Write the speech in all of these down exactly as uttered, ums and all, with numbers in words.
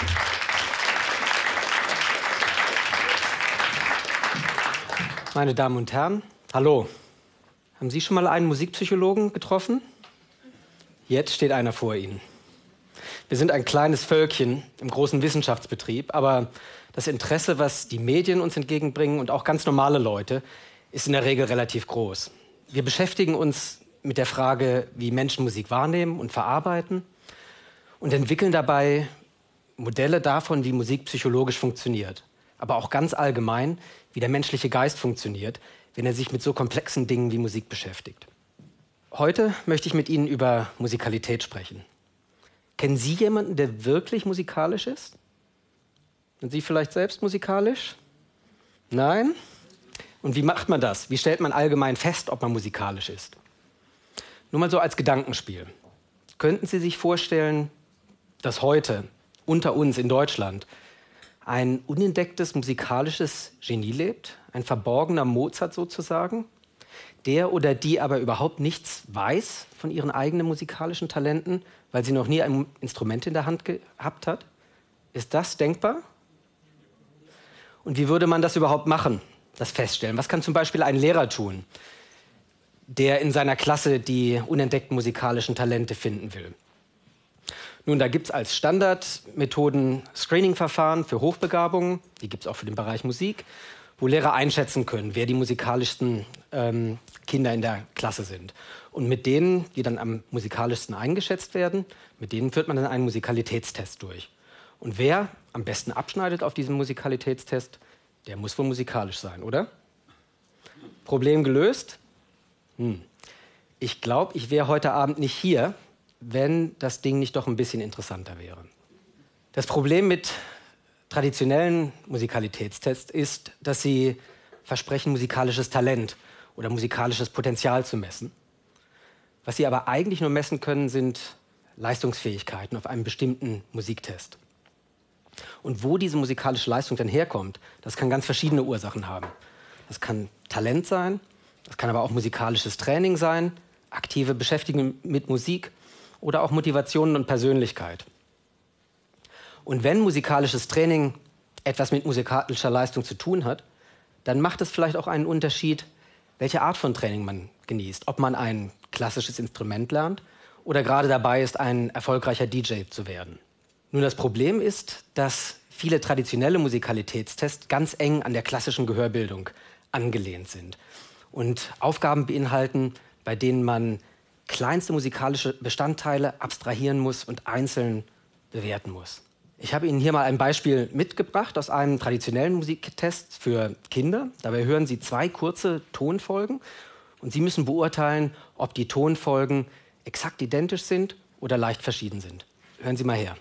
Meine Damen und Herren, hallo. Haben Sie schon mal einen Musikpsychologen getroffen? Jetzt steht einer vor Ihnen. Wir sind ein kleines Völkchen im großen Wissenschaftsbetrieb, aber das Interesse, was die Medien uns entgegenbringen und auch ganz normale Leute, ist in der Regel relativ groß. Wir beschäftigen uns mit der Frage, wie Menschen Musik wahrnehmen und verarbeiten und entwickeln dabei Modelle davon, wie Musik psychologisch funktioniert, aber auch ganz allgemein, wie der menschliche Geist funktioniert, wenn er sich mit so komplexen Dingen wie Musik beschäftigt. Heute möchte ich mit Ihnen über Musikalität sprechen. Kennen Sie jemanden, der wirklich musikalisch ist? Sind Sie vielleicht selbst musikalisch? Nein? Und wie macht man das? Wie stellt man allgemein fest, ob man musikalisch ist? Nur mal so als Gedankenspiel. Könnten Sie sich vorstellen, dass heute unter uns in Deutschland ein unentdecktes musikalisches Genie lebt, ein verborgener Mozart sozusagen, der oder die aber überhaupt nichts weiß von ihren eigenen musikalischen Talenten, weil sie noch nie ein Instrument in der Hand gehabt hat? Ist das denkbar? Und wie würde man das überhaupt machen, das feststellen? Was kann zum Beispiel ein Lehrer tun, der in seiner Klasse die unentdeckten musikalischen Talente finden will? Nun, da gibt es als Standardmethoden Screening-Verfahren für Hochbegabungen, die gibt es auch für den Bereich Musik, wo Lehrer einschätzen können, wer die musikalischsten ähm, Kinder in der Klasse sind. Und mit denen, die dann am musikalischsten eingeschätzt werden, mit denen führt man dann einen Musikalitätstest durch. Und wer am besten abschneidet auf diesem Musikalitätstest, der muss wohl musikalisch sein, oder? Problem gelöst? Hm. Ich glaube, ich wäre heute Abend nicht hier, wenn das Ding nicht doch ein bisschen interessanter wäre. Das Problem mit traditionellen Musikalitätstests ist, dass sie versprechen, musikalisches Talent oder musikalisches Potenzial zu messen. Was sie aber eigentlich nur messen können, sind Leistungsfähigkeiten auf einem bestimmten Musiktest. Und wo diese musikalische Leistung dann herkommt, das kann ganz verschiedene Ursachen haben. Das kann Talent sein, das kann aber auch musikalisches Training sein, aktive Beschäftigung mit Musik oder auch Motivationen und Persönlichkeit. Und wenn musikalisches Training etwas mit musikalischer Leistung zu tun hat, dann macht es vielleicht auch einen Unterschied, welche Art von Training man genießt. Ob man ein klassisches Instrument lernt oder gerade dabei ist, ein erfolgreicher D J zu werden. Nun, das Problem ist, dass viele traditionelle Musikalitätstests ganz eng an der klassischen Gehörbildung angelehnt sind und Aufgaben beinhalten, bei denen man kleinste musikalische Bestandteile abstrahieren muss und einzeln bewerten muss. Ich habe Ihnen hier mal ein Beispiel mitgebracht aus einem traditionellen Musiktest für Kinder. Dabei hören Sie zwei kurze Tonfolgen und Sie müssen beurteilen, ob die Tonfolgen exakt identisch sind oder leicht verschieden sind. Hören Sie mal her.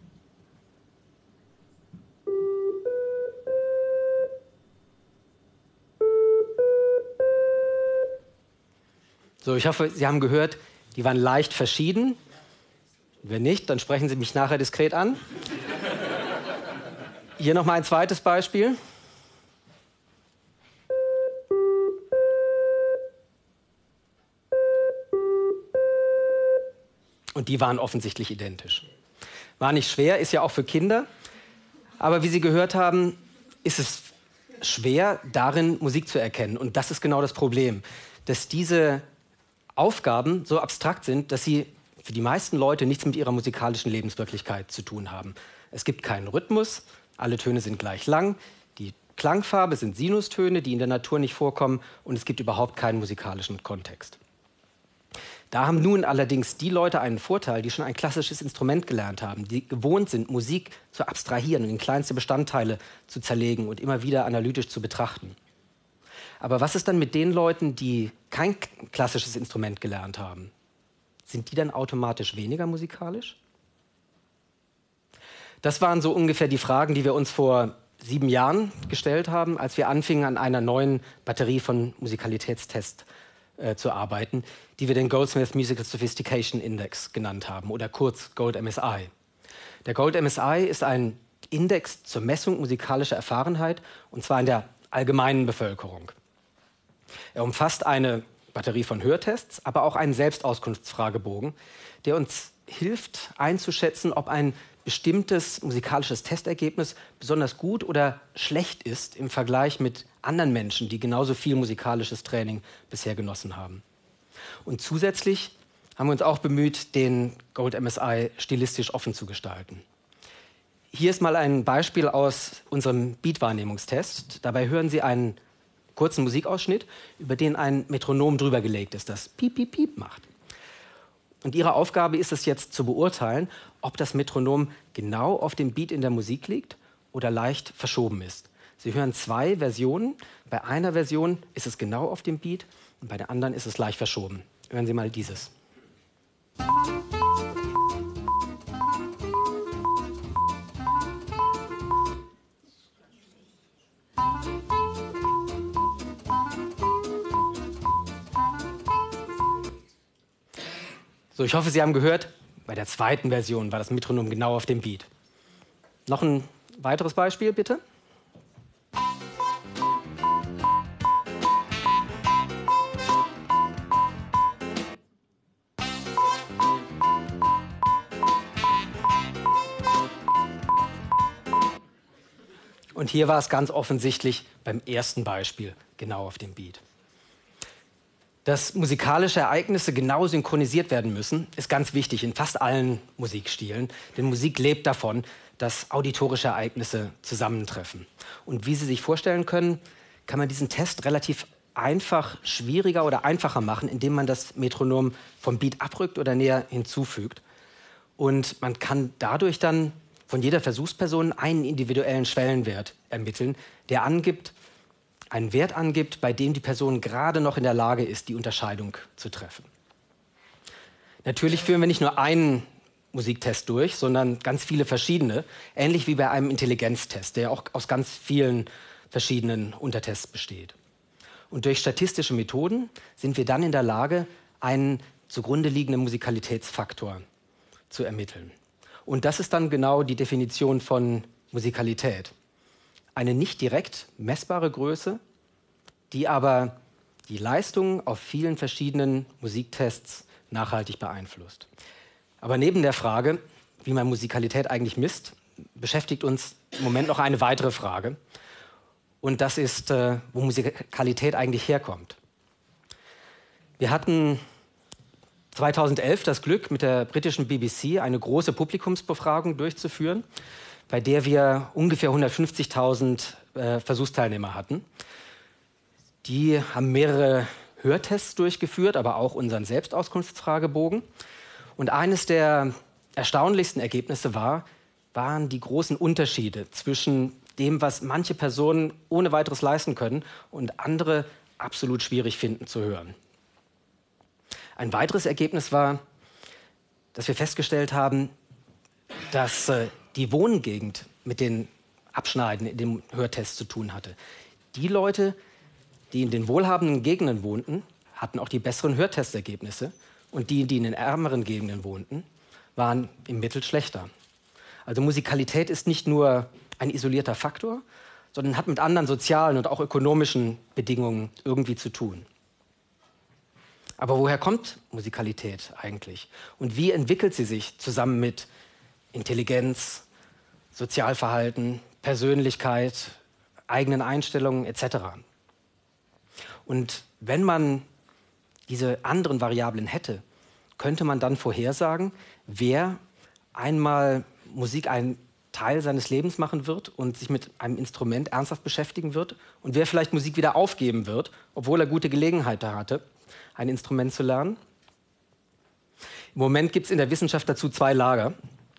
So, ich hoffe, Sie haben gehört, die waren leicht verschieden. Wenn nicht, dann sprechen Sie mich nachher diskret an. Hier noch mal ein zweites Beispiel. Und die waren offensichtlich identisch. War nicht schwer, ist ja auch für Kinder. Aber wie Sie gehört haben, ist es schwer, darin Musik zu erkennen. Und das ist genau das Problem, dass diese Aufgaben so abstrakt sind, dass sie für die meisten Leute nichts mit ihrer musikalischen Lebenswirklichkeit zu tun haben. Es gibt keinen Rhythmus, alle Töne sind gleich lang, die Klangfarbe sind Sinustöne, die in der Natur nicht vorkommen, und es gibt überhaupt keinen musikalischen Kontext. Da haben nun allerdings die Leute einen Vorteil, die schon ein klassisches Instrument gelernt haben, die gewohnt sind, Musik zu abstrahieren und in kleinste Bestandteile zu zerlegen und immer wieder analytisch zu betrachten. Aber was ist dann mit den Leuten, die kein klassisches Instrument gelernt haben? Sind die dann automatisch weniger musikalisch? Das waren so ungefähr die Fragen, die wir uns vor sieben Jahren gestellt haben, als wir anfingen, an einer neuen Batterie von Musikalitätstests äh, zu arbeiten, die wir den Goldsmith Musical Sophistication Index genannt haben, oder kurz Gold M S I. Der Gold M S I ist ein Index zur Messung musikalischer Erfahrenheit, und zwar in der allgemeinen Bevölkerung. Er umfasst eine Batterie von Hörtests, aber auch einen Selbstauskunftsfragebogen, der uns hilft einzuschätzen, ob ein bestimmtes musikalisches Testergebnis besonders gut oder schlecht ist im Vergleich mit anderen Menschen, die genauso viel musikalisches Training bisher genossen haben. Und zusätzlich haben wir uns auch bemüht, den Gold M S I stilistisch offen zu gestalten. Hier ist mal ein Beispiel aus unserem Beat-Wahrnehmungstest. Dabei hören Sie einen kurzen Musikausschnitt, über den ein Metronom drüber gelegt ist, das Piep, Piep, Piep macht. Und Ihre Aufgabe ist es jetzt zu beurteilen, ob das Metronom genau auf dem Beat in der Musik liegt oder leicht verschoben ist. Sie hören zwei Versionen. Bei einer Version ist es genau auf dem Beat und bei der anderen ist es leicht verschoben. Hören Sie mal dieses. So, ich hoffe, Sie haben gehört, bei der zweiten Version war das Metronom genau auf dem Beat. Noch ein weiteres Beispiel, bitte. Und hier war es ganz offensichtlich beim ersten Beispiel genau auf dem Beat. Dass musikalische Ereignisse genau synchronisiert werden müssen, ist ganz wichtig in fast allen Musikstilen. Denn Musik lebt davon, dass auditorische Ereignisse zusammentreffen. Und wie Sie sich vorstellen können, kann man diesen Test relativ einfach schwieriger oder einfacher machen, indem man das Metronom vom Beat abrückt oder näher hinzufügt. Und man kann dadurch dann von jeder Versuchsperson einen individuellen Schwellenwert ermitteln, der angibt, einen Wert angibt, bei dem die Person gerade noch in der Lage ist, die Unterscheidung zu treffen. Natürlich führen wir nicht nur einen Musiktest durch, sondern ganz viele verschiedene, ähnlich wie bei einem Intelligenztest, der auch aus ganz vielen verschiedenen Untertests besteht. Und durch statistische Methoden sind wir dann in der Lage, einen zugrunde liegenden Musikalitätsfaktor zu ermitteln. Und das ist dann genau die Definition von Musikalität. Eine nicht direkt messbare Größe, die aber die Leistung auf vielen verschiedenen Musiktests nachhaltig beeinflusst. Aber neben der Frage, wie man Musikalität eigentlich misst, beschäftigt uns im Moment noch eine weitere Frage. Und das ist, äh, wo Musikalität eigentlich herkommt. Wir hatten zweitausendelf das Glück, mit der britischen B B C eine große Publikumsbefragung durchzuführen, bei der wir ungefähr hundertfünfzigtausend äh, Versuchsteilnehmer hatten. Die haben mehrere Hörtests durchgeführt, aber auch unseren Selbstauskunftsfragebogen. Und eines der erstaunlichsten Ergebnisse war, waren die großen Unterschiede zwischen dem, was manche Personen ohne weiteres leisten können und andere absolut schwierig finden zu hören. Ein weiteres Ergebnis war, dass wir festgestellt haben, dass äh, die Wohngegend mit den Abschneiden in dem Hörtest zu tun hatte. Die Leute, die in den wohlhabenden Gegenden wohnten, hatten auch die besseren Hörtestergebnisse. Und die, die in den ärmeren Gegenden wohnten, waren im Mittel schlechter. Also Musikalität ist nicht nur ein isolierter Faktor, sondern hat mit anderen sozialen und auch ökonomischen Bedingungen irgendwie zu tun. Aber woher kommt Musikalität eigentlich? Und wie entwickelt sie sich zusammen mit Intelligenz, Sozialverhalten, Persönlichkeit, eigenen Einstellungen et cetera? Und wenn man diese anderen Variablen hätte, könnte man dann vorhersagen, wer einmal Musik einen Teil seines Lebens machen wird und sich mit einem Instrument ernsthaft beschäftigen wird und wer vielleicht Musik wieder aufgeben wird, obwohl er gute Gelegenheit da hatte, ein Instrument zu lernen. Im Moment gibt es in der Wissenschaft dazu zwei Lager.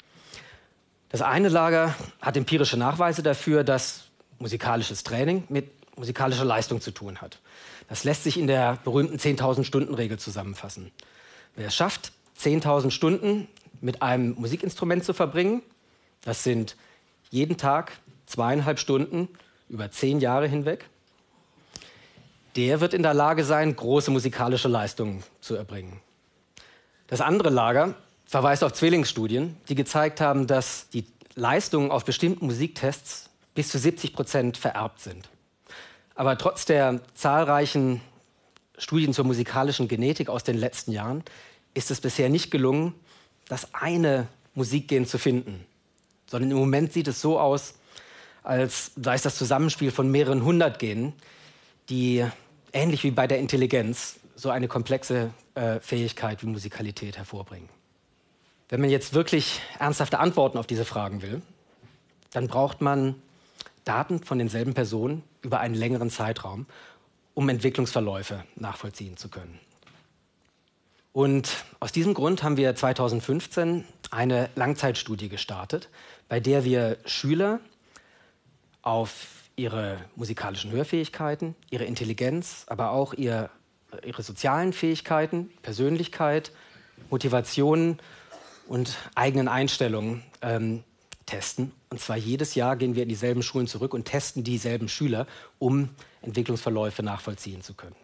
Das eine Lager hat empirische Nachweise dafür, dass musikalisches Training mit musikalischer Leistung zu tun hat. Das lässt sich in der berühmten zehntausend-Stunden-Regel zusammenfassen. Wer es schafft, zehntausend Stunden mit einem Musikinstrument zu verbringen, das sind jeden Tag zweieinhalb Stunden über zehn Jahre hinweg, der wird in der Lage sein, große musikalische Leistungen zu erbringen. Das andere Lager verweist auf Zwillingsstudien, die gezeigt haben, dass die Leistungen auf bestimmten Musiktests bis zu siebzig Prozent vererbt sind. Aber trotz der zahlreichen Studien zur musikalischen Genetik aus den letzten Jahren ist es bisher nicht gelungen, das eine Musikgen zu finden, sondern im Moment sieht es so aus, als sei es das Zusammenspiel von mehreren hundert Genen, die ähnlich wie bei der Intelligenz so eine komplexe äh, Fähigkeit wie Musikalität hervorbringen. Wenn man jetzt wirklich ernsthafte Antworten auf diese Fragen will, dann braucht man Daten von denselben Personen über einen längeren Zeitraum, um Entwicklungsverläufe nachvollziehen zu können. Und aus diesem Grund haben wir zweitausendfünfzehn eine Langzeitstudie gestartet, bei der wir Schüler auf ihre musikalischen Hörfähigkeiten, ihre Intelligenz, aber auch ihr, ihre sozialen Fähigkeiten, Persönlichkeit, Motivationen und eigenen Einstellungen ähm, testen. Und zwar jedes Jahr gehen wir in dieselben Schulen zurück und testen dieselben Schüler, um Entwicklungsverläufe nachvollziehen zu können.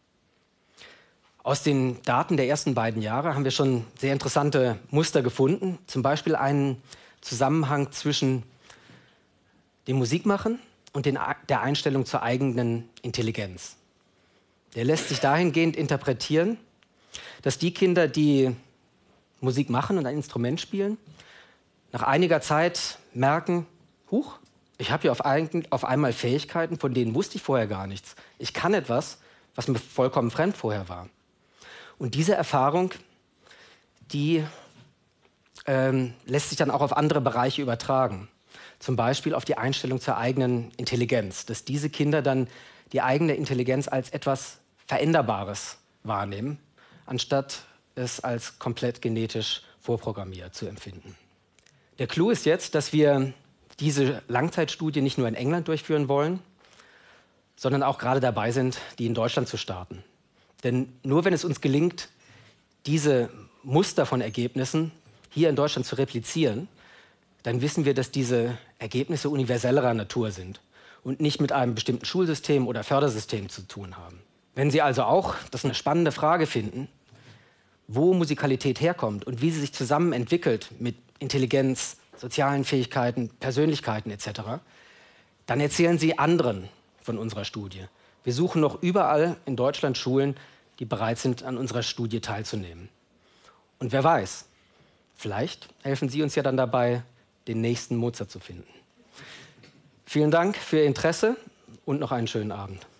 Aus den Daten der ersten beiden Jahre haben wir schon sehr interessante Muster gefunden. Zum Beispiel einen Zusammenhang zwischen dem Musikmachen und den, der Einstellung zur eigenen Intelligenz. Der lässt sich dahingehend interpretieren, dass die Kinder, die Musik machen und ein Instrument spielen, nach einiger Zeit merken, huch, ich habe hier auf, ein, auf einmal Fähigkeiten, von denen wusste ich vorher gar nichts. Ich kann etwas, was mir vollkommen fremd vorher war. Und diese Erfahrung, die ähm, lässt sich dann auch auf andere Bereiche übertragen. Zum Beispiel auf die Einstellung zur eigenen Intelligenz. Dass diese Kinder dann die eigene Intelligenz als etwas Veränderbares wahrnehmen, anstatt es als komplett genetisch vorprogrammiert zu empfinden. Der Clou ist jetzt, dass wir diese Langzeitstudie nicht nur in England durchführen wollen, sondern auch gerade dabei sind, die in Deutschland zu starten. Denn nur wenn es uns gelingt, diese Muster von Ergebnissen hier in Deutschland zu replizieren, dann wissen wir, dass diese Ergebnisse universellerer Natur sind und nicht mit einem bestimmten Schulsystem oder Fördersystem zu tun haben. Wenn Sie also auch, das ist eine spannende Frage, finden, wo Musikalität herkommt und wie sie sich zusammen entwickelt mit Intelligenz, sozialen Fähigkeiten, Persönlichkeiten et cetera, dann erzählen Sie anderen von unserer Studie. Wir suchen noch überall in Deutschland Schulen, die bereit sind, an unserer Studie teilzunehmen. Und wer weiß, vielleicht helfen Sie uns ja dann dabei, den nächsten Mozart zu finden. Vielen Dank für Ihr Interesse und noch einen schönen Abend.